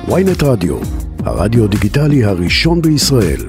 ynet רדיו, הרדיו דיגיטלי הראשון בישראל.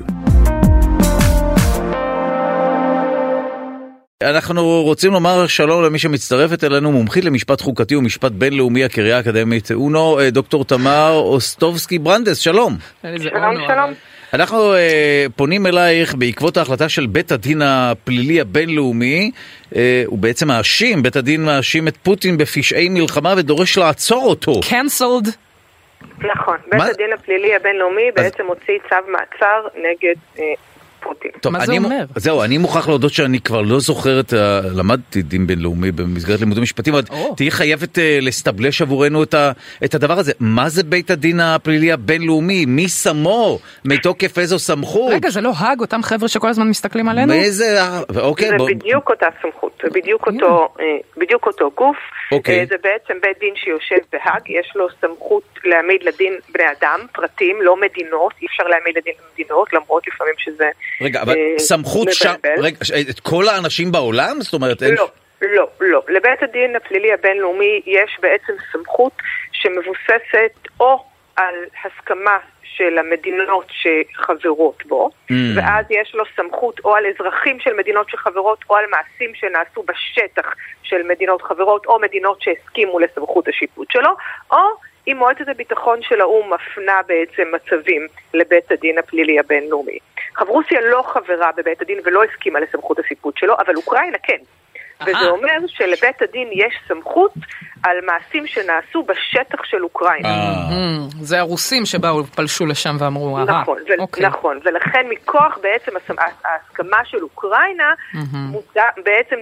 אנחנו רוצים לומר שלום למי שמצטרפת אלינו, מומחית למשפט חוקתי ומשפט בינלאומי, הקריה האקדמית אונו, דוקטור תמר אוסטובסקי ברנדס, שלום. שלום. אנחנו פונים אלייך בעקבות ההחלטה של בית הדין הפלילי הבינלאומי, הוא בעצם מאשים, בית הדין מאשים את פוטין בפשעי מלחמה ודורש לעצור אותו. Cancelled. נכון, בית הדין הפלילי הבינלאומי בעצם הוציא צו מעצר נגד פוטין. טוב, מה זה אומר? זהו, אני מוכרח להודות שאני כבר לא זוכרת, למדתי דין בינלאומי במסגרת לימודים משפטים, אבל תהי חייבת לסטבלש עבורנו את הדבר הזה. מה זה בית הדין הפלילי הבינלאומי? מי שמו? מתוקף איזו סמכות? רגע, זה לא האג, אותם חבר'ה שכל הזמן מסתכלים עלינו? מאיזה... אוקיי, זה בדיוק אותה סמכות, זה בדיוק אותו גוף. זה בעצם בית דין שיושב בהאג, יש לו סמכות להעמיד לדין בני אדם, פרטים, לא מדינות, אי אפשר להעמיד לדין מדינות, למרות לפעמים שזה... רגע, אבל סמכות שם, רגע, את כל האנשים בעולם? זאת אומרת... לא. לבית הדין הפלילי הבינלאומי יש בעצם סמכות שמבוססת או על הסכמה של המדינות שחברות בו, ואז יש לו סמכות או על אזרחים של מדינות שחברות, או על מעשים שנעשו בשטח של מדינות חברות, או מדינות שהסכימו לסמכות השיפוט שלו, או אם מועצת הביטחון של האו"ם מפנה בעצם מצבים לבית הדין הפלילי הבינלאומי. רוסיה לא חברה בבית הדין ולא הסכימה לסמכות השיפוט שלו, אבל אוקראינה כן. וזה אומר שלבית הדין יש סמכות על מעשים שנעשו בשטח של אוקראינה. זה הרוסים שבאו, פלשו לשם ואמרו, נכון, ולכן מכוח בעצם ההסכמה של אוקראינה, בעצם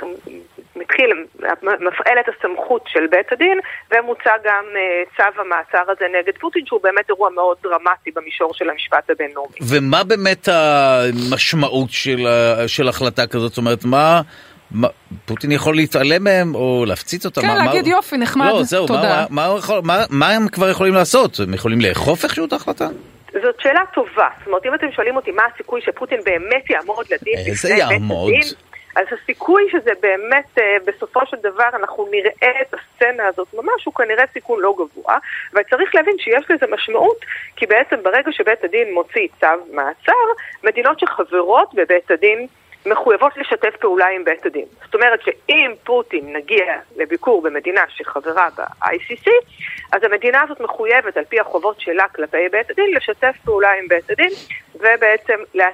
מפעל את הסמכות של בית הדין, ומוצא גם צו המעצר הזה נגד פוטין, שהוא באמת אירוע מאוד דרמטי במישור של המשפט הבינלאומי. ומה באמת המשמעות של החלטה כזאת? זאת אומרת, פוטין יכול להתעלם מהם או להפציץ אותם? כן, להגיד יופי, נחמד, תודה. מה הם כבר יכולים לעשות? הם יכולים לאכוף איכשהו את ההחלטה? זאת שאלה טובה. זאת אומרת, אם אתם שואלים אותי מה הסיכוי שפוטין באמת יעמוד לדין איזה יעמוד? אז הסיכוי שזה באמת בסופו של דבר אנחנו נראה את הסצנה הזאת ממש, הוא כנראה סיכון לא גבוה, וצריך להבין שיש לזה משמעות, כי בעצם ברגע שבית הדין מוציא צו מעצר, מדינות שחברות בבית הדין מחויבות לשתף פעולה עם בית הדין. זאת אומרת שאם פוטין נגיע לביקור במדינה שחברה ב-ICC, אז המדינה הזאת מחויבת על פי החובות שלה כלפי בית הדין לשתף פעולה עם בית הדין, ובעצם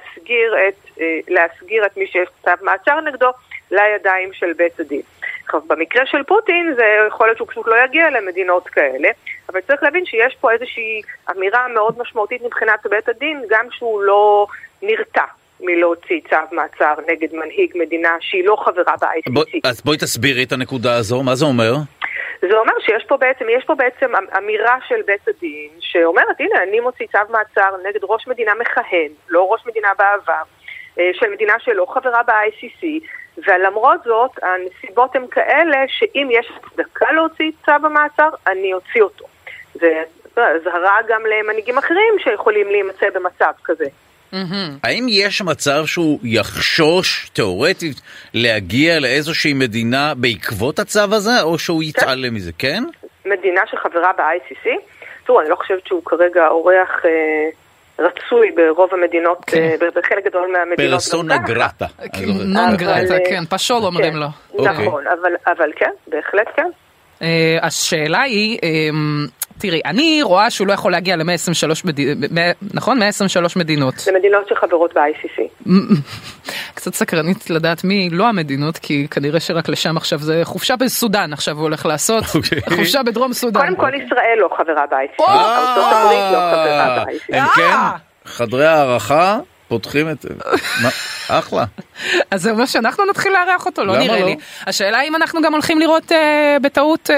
להסגיר את מי שיש צו מעצר נגדו לידיים של בית הדין. במקרה של פוטין זה יכול להיות שהוא פשוט לא יגיע למדינות כאלה, אבל צריך להבין שיש פה איזושהי אמירה מאוד משמעותית מבחינת בית הדין, גם שהוא לא נרתע מלהוציא צו מעצר נגד מנהיג מדינה שהיא לא חברה ב-ICC. אז בואי תסבירי את הנקודה הזו, מה זה אומר? זה אומר שיש פה בעצם אמירה של בית הדין שאומרת, הנה, אני מוציא צו מעצר נגד ראש מדינה מכהן, לא ראש מדינה בעבר, של מדינה שלא חברה ב-ICC, ולמרות זאת, הנסיבות הן כאלה שאם יש הצדקה להוציא צו המעצר, אני אוציא אותו. זה זהרה גם למנהיגים אחרים שיכולים להימצא במצב כזה. האם יש מצב שהוא יחשוש תיאורטית להגיע לאיזושהי מדינה בעקבות הצו הזה, או שהוא יתעלם מזה, כן? מדינה שחברה ב-ICC? תראו, אני לא חושבת שהוא כרגע אורח רצוי ברוב המדינות, בחלק גדול מהמדינות. פרסונה גרטה. נון גרטה, כן, פשול אומרים לו. נכון, אבל כן, בהחלט כן. השאלה היא, תראי, אני רואה שהוא לא יכול להגיע ל-123 נכון? 123 מדינות. זה מדינות שחברות ב-ICC. קצת סקרנית לדעת מי לא המדינות, כי כנראה שרק לשם עכשיו זה חופשה בסודן, עכשיו הוא הולך לעשות. חופשה בדרום סודן. קודם כל ישראל לא חברה ב-ICC. ארצות הברית לא חברה ב-ICC. הם כן, חדרי הערכה פותחים את... אחלה. אז זה אומר שאנחנו נתחיל לארח אותו, לא נראה לי. השאלה אם אנחנו גם הולכים לראות בטעות,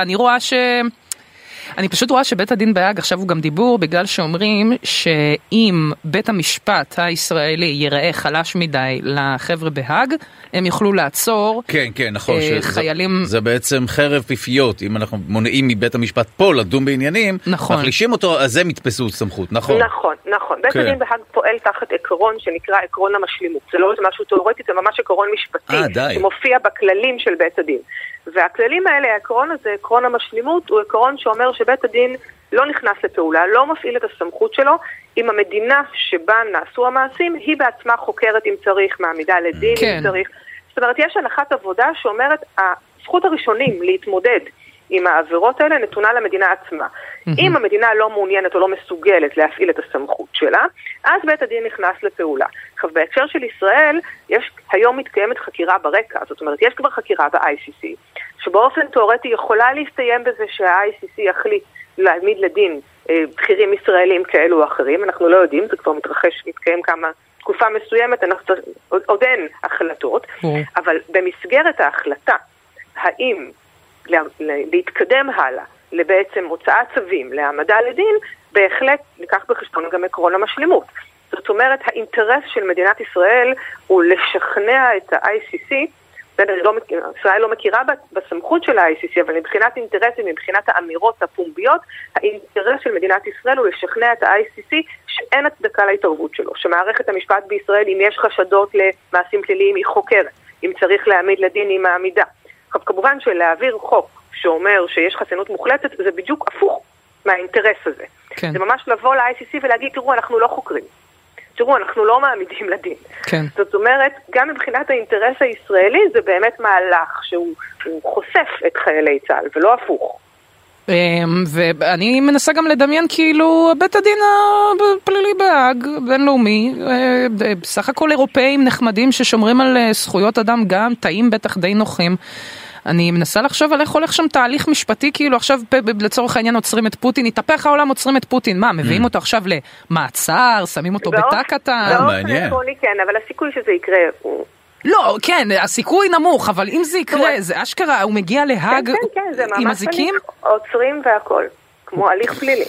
אני פשוט רואה שבית הדין בהאג עכשיו הוא גם דיבור, בגלל שאומרים שאם בית המשפט הישראלי ייראה חלש מדי לחבר'ה בהאג, הם יוכלו לעצור נכון, חיילים... זה בעצם חרב פיפיות, אם אנחנו מונעים מבית המשפט פה לדון בעניינים, מחלישים אותו, אז הם יתפסו סמכות, נכון? נכון. בית הדין בהאג פועל תחת עקרון שנקרא עקרון המשלימות. זה לא משהו תיאורטי, זה ממש עקרון משפטי, שמופיע בכללים של בית הדין. והכללים האלה, העקרון הזה, עקרון המשלימות, הוא עקרון שאומר שבית הדין לא נכנס לפעולה, לא מפעיל את הסמכות שלו, אם המדינה שבה נעשו המעשים, היא בעצמה חוקרת אם צריך, מעמידה לדין אם צריך. זאת אומרת, יש הנחת עבודה שאומרת, הזכות הראשונים להתמודד עם העבירות האלה נתונה למדינה עצמה. אם המדינה לא מעוניינת או לא מסוגלת להפעיל את הסמכות שלה, אז בית הדין נכנס לפעולה. עכשיו, בהקשר של ישראל, היום מתקיימת חקירה ברקע, זאת אומרת, יש כבר חקירה ב-ICC, שבאופן תיאורטי יכולה להסתיים בזה שה-ICC יחליט להעמיד לדין בכירים ישראלים כאלו או אחרים, אנחנו לא יודעים, זה כבר מתקיים תקופה מסוימת, עוד אין החלטות, אבל במסגרת ההחלטה, האם להתקדם הלאה, לבעצם הוצאת צווים, להעמדה לדין, בהחלט ניקח בחשבון גם עקרון המשלימות. זאת אומרת, האינטרס של מדינת ישראל הוא לשכנע את ה-ICC, ישראל לא מכירה בסמכות של ה-ICC, אבל מבחינת אינטרסים, מבחינת האמירות הפומביות, האינטרס של מדינת ישראל הוא לשכנע את ה-ICC שאין הצדקה להתערבות שלו, שמערכת המשפט בישראל, אם יש חשדות למעשים פליליים, היא חוקרת, אם צריך להעמיד לדין, היא מעמידה. כמובן שלהעביר חוק שאומר שיש חסינות מוחלטת, זה בדיוק הפוך מהאינטרס הזה. כן. זה ממש לבוא ל-ICC ולהגיד, תראו, אנחנו לא חוקרים. תראו, אנחנו לא מעמידים לדין. כן. זאת אומרת, גם מבחינת האינטרס הישראלי, זה באמת מהלך שהוא חושף את חיילי צה"ל, ולא הפוך. ואני מנסה גם לדמיין כאילו בית הדין הפלילי בהאג, בינלאומי, בסך הכל אירופאים נחמדים ששומרים על זכויות אדם, גם תאים בטח די נוחים. אני מנסה לחשוב על איך הולך שם תהליך משפטי, כאילו עכשיו לצורך העניין עוצרים את פוטין, יתהפך העולם, עוצרים את פוטין, מה, מביאים אותו עכשיו למעצר, שמים אותו בתא קטן? מעניין. כן, אבל הסיכוי שזה יקרה הוא... לא, כן, הסיכוי נמוך, אבל אם זה יקרה, זה אשכרה, הוא מגיע להאג עם הזיקים? עוצרים והכל, כמו הליך פלילי.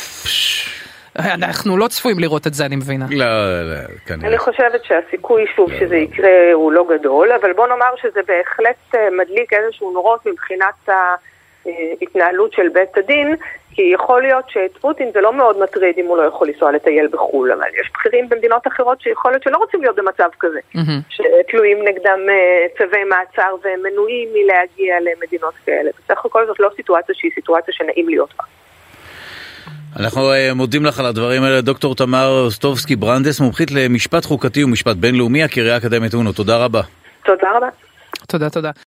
אנחנו לא צפויים לראות את זה, אני מבינה. לא, כנראה. אני חושבת שהסיכוי שוב שזה יקרה הוא לא גדול, אבל בוא נאמר שזה בהחלט מדליק איזשהו נורות מבחינת ההתנהלות של בית הדין, כי יכול להיות שאת פוטין זה לא מאוד מטריד אם הוא לא יכול לנסוע לטייל בחול, אבל יש בכירים במדינות אחרות שיכול להיות שלא רוצים להיות במצב כזה, שתלויים נגדם צווי מעצר והם מנועים מלהגיע למדינות כאלה. בסך הכל זאת לא סיטואציה שהיא סיטואציה שנעים להיות בה. אנחנו מודים לך על הדברים האלה, דוקטור תמר אוסטובסקי ברנדס, מומחית למשפט חוקתי ומשפט בינלאומי, הקריה האקדמית אונו. תודה רבה. תודה רבה. תודה.